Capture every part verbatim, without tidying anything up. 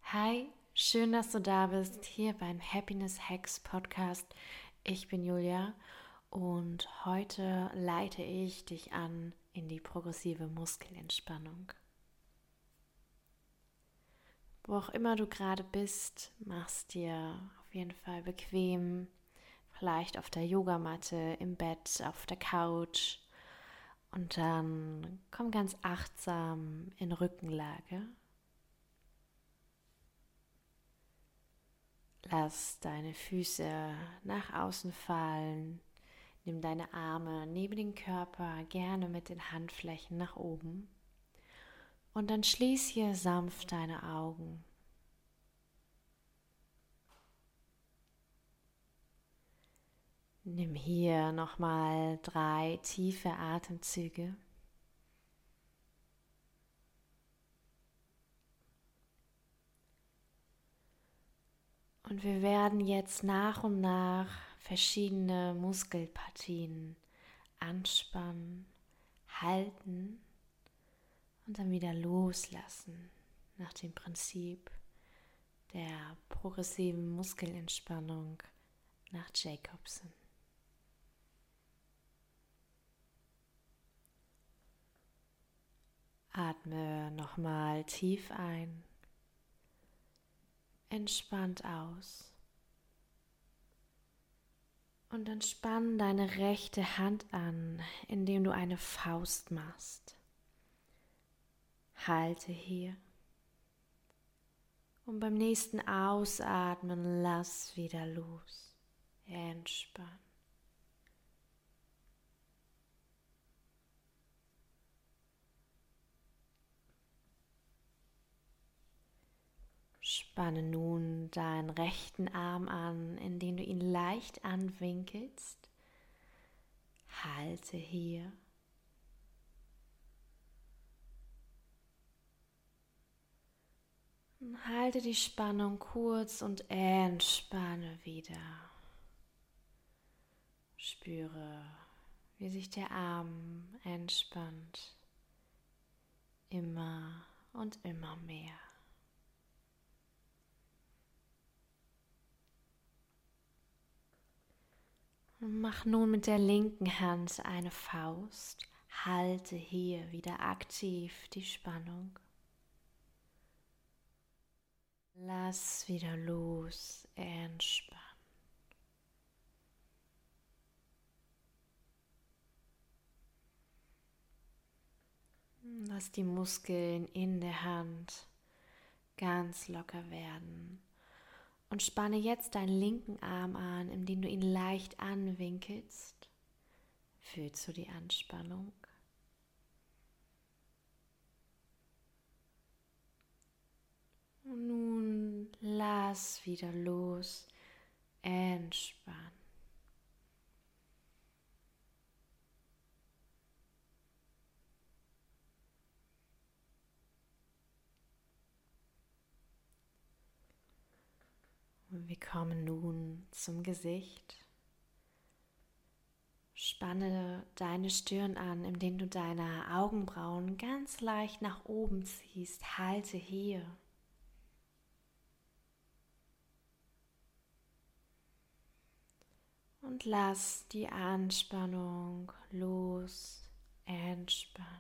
Hi, schön, dass du da bist, hier beim Happiness Hacks Podcast. Ich bin Julia und heute leite ich dich an in die progressive Muskelentspannung. Wo auch immer du gerade bist, machst dir auf jeden Fall bequem, vielleicht auf der Yogamatte, im Bett, auf der Couch und dann komm ganz achtsam in Rückenlage. Lass deine Füße nach außen fallen. Nimm deine Arme neben den Körper, gerne mit den Handflächen nach oben. Und dann schließ hier sanft deine Augen. Nimm hier nochmal drei tiefe Atemzüge. Und wir werden jetzt nach und nach verschiedene Muskelpartien anspannen, halten und dann wieder loslassen nach dem Prinzip der progressiven Muskelentspannung nach Jacobson. Atme nochmal tief ein, entspannt aus und entspann deine rechte Hand an, indem du eine Faust machst. Halte hier und beim nächsten Ausatmen lass wieder los. Entspann. Spanne nun deinen rechten Arm an, indem du ihn leicht anwinkelst. Halte hier. Und halte die Spannung kurz und entspanne wieder. Spüre, wie sich der Arm entspannt. Immer und immer mehr. Und mach nun mit der linken Hand eine Faust. Halte hier wieder aktiv die Spannung. Lass wieder los, entspann. Lass die Muskeln in der Hand ganz locker werden. Und spanne jetzt deinen linken Arm an, indem du ihn leicht anwinkelst. Fühlst du die Anspannung? Und nun lass wieder los, entspann. Und wir kommen nun zum Gesicht. Spanne deine Stirn an, indem du deine Augenbrauen ganz leicht nach oben ziehst. Halte hier. Und lass die Anspannung los, entspann.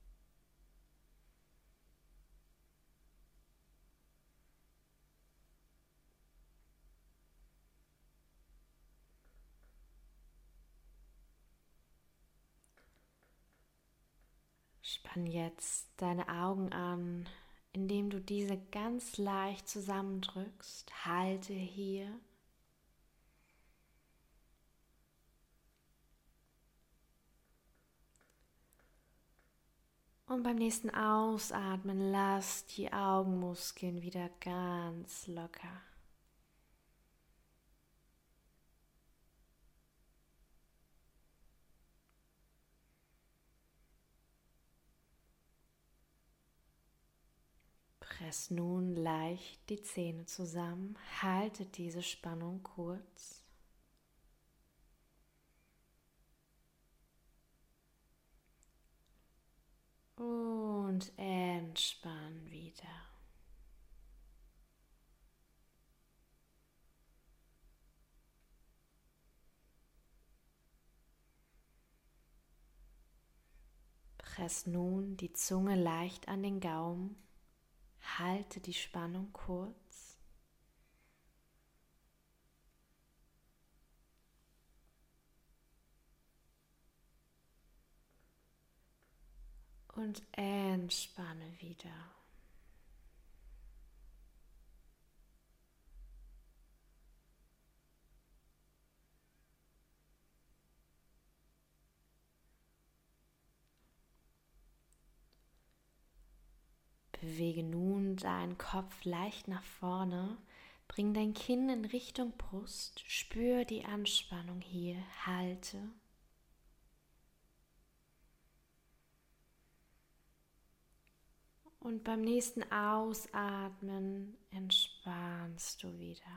Spann jetzt deine Augen an, indem du diese ganz leicht zusammendrückst. Halte hier. Und beim nächsten Ausatmen lass die Augenmuskeln wieder ganz locker. Press nun leicht die Zähne zusammen, halte diese Spannung kurz. Und entspann wieder. Press nun die Zunge leicht an den Gaumen, halte die Spannung kurz und entspanne wieder. Bewege nun deinen Kopf leicht nach vorne, bring dein Kinn in Richtung Brust, spür die Anspannung hier, halte. Und beim nächsten Ausatmen entspannst du wieder.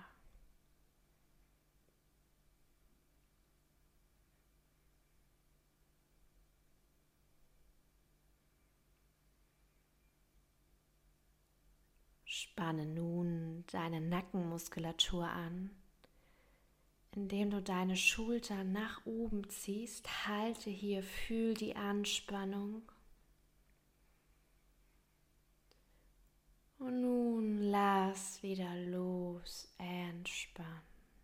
Spanne nun deine Nackenmuskulatur an, indem du deine Schultern nach oben ziehst. Halte hier, fühl die Anspannung. Und nun lass wieder los, entspann.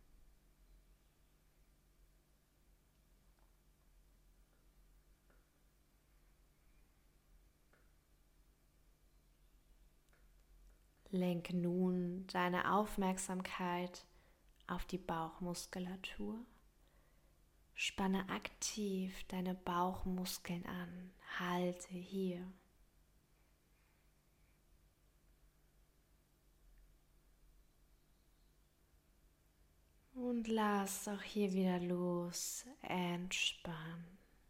Lenke nun deine Aufmerksamkeit auf die Bauchmuskulatur. Spanne aktiv deine Bauchmuskeln an. Halte hier. Und lass auch hier wieder los. Entspann.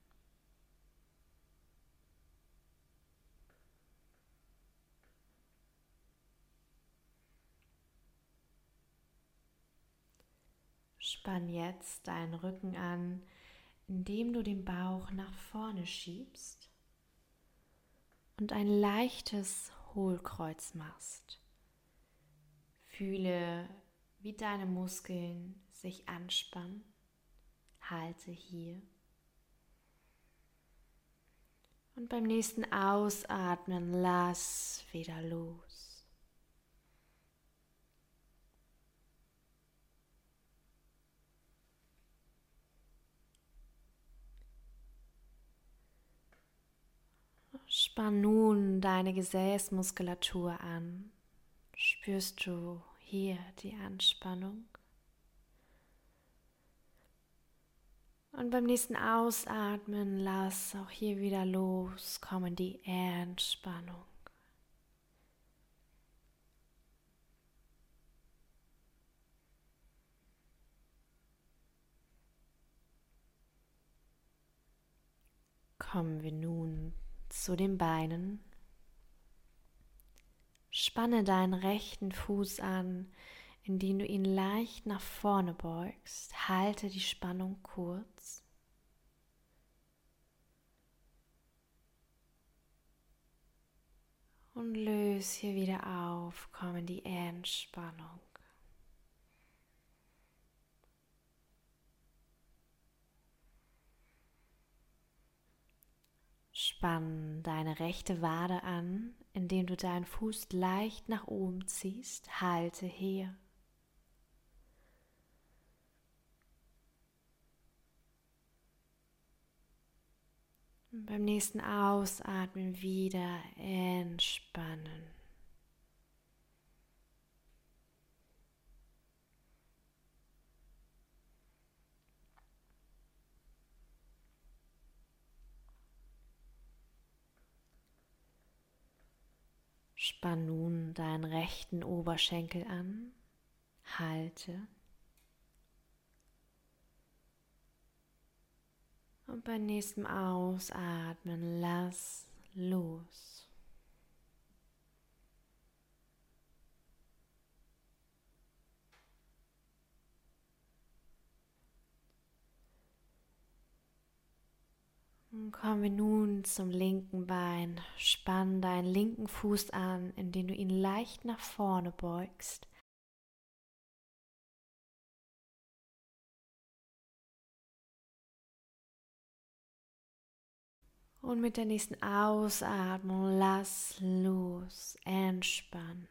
Spann jetzt deinen Rücken an, indem du den Bauch nach vorne schiebst und ein leichtes Hohlkreuz machst. Fühle, wie deine Muskeln sich anspannen. Halte hier. Und beim nächsten Ausatmen lass wieder los. Spann nun deine Gesäßmuskulatur an. Spürst du hier die Anspannung? Und beim nächsten Ausatmen lass auch hier wieder loskommen die Entspannung. Kommen wir nun zu den Beinen. Spanne deinen rechten Fuß an, indem du ihn leicht nach vorne beugst. Halte die Spannung kurz. Und löse hier wieder auf, komm in die Entspannung. Spann deine rechte Wade an, indem du deinen Fuß leicht nach oben ziehst. Halte hier. Und beim nächsten Ausatmen wieder entspannen. Spann nun deinen rechten Oberschenkel an, halte und beim nächsten Ausatmen lass los. Und kommen wir nun zum linken Bein. Spann deinen linken Fuß an, indem du ihn leicht nach vorne beugst. Und mit der nächsten Ausatmung lass los, entspann.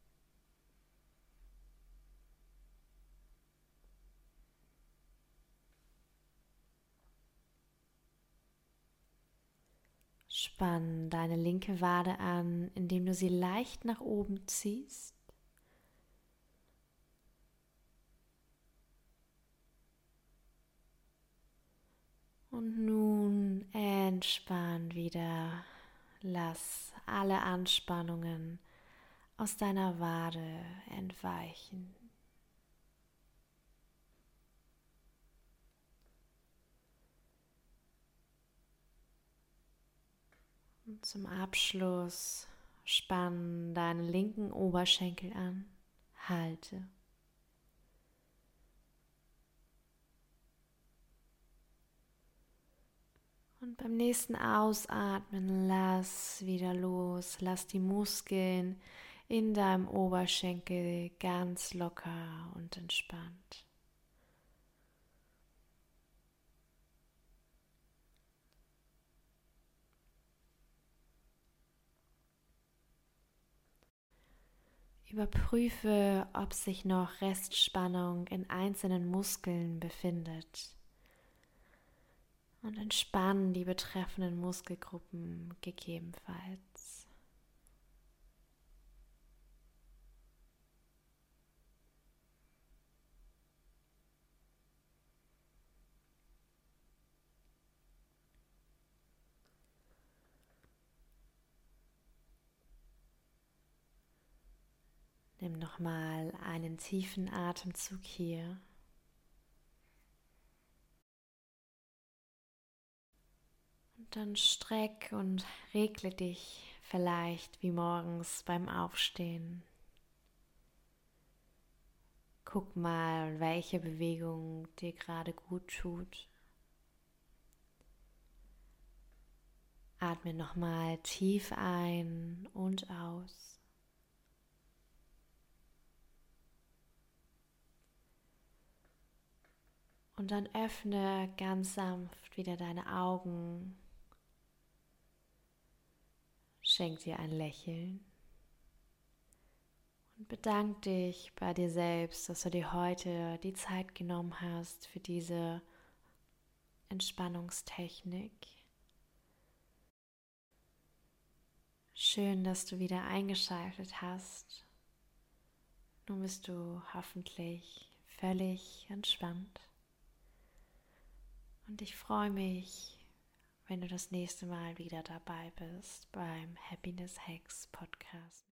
Spann deine linke Wade an, indem du sie leicht nach oben ziehst. Und nun entspann wieder. Lass alle Anspannungen aus deiner Wade entweichen. Und zum Abschluss spann deinen linken Oberschenkel an, halte. Und beim nächsten Ausatmen lass wieder los, lass die Muskeln in deinem Oberschenkel ganz locker und entspannt. Überprüfe, ob sich noch Restspannung in einzelnen Muskeln befindet. Und entspann die betreffenden Muskelgruppen gegebenenfalls. Nimm nochmal einen tiefen Atemzug hier. Und dann streck und regle dich vielleicht wie morgens beim Aufstehen. Guck mal, welche Bewegung dir gerade gut tut. Atme nochmal tief ein und aus. Und dann öffne ganz sanft wieder deine Augen. Schenk dir ein Lächeln. Und bedank dich bei dir selbst, dass du dir heute die Zeit genommen hast für diese Entspannungstechnik. Schön, dass du wieder eingeschaltet hast. Nun bist du hoffentlich völlig entspannt. Und ich freue mich, wenn du das nächste Mal wieder dabei bist beim Happiness Hacks Podcast.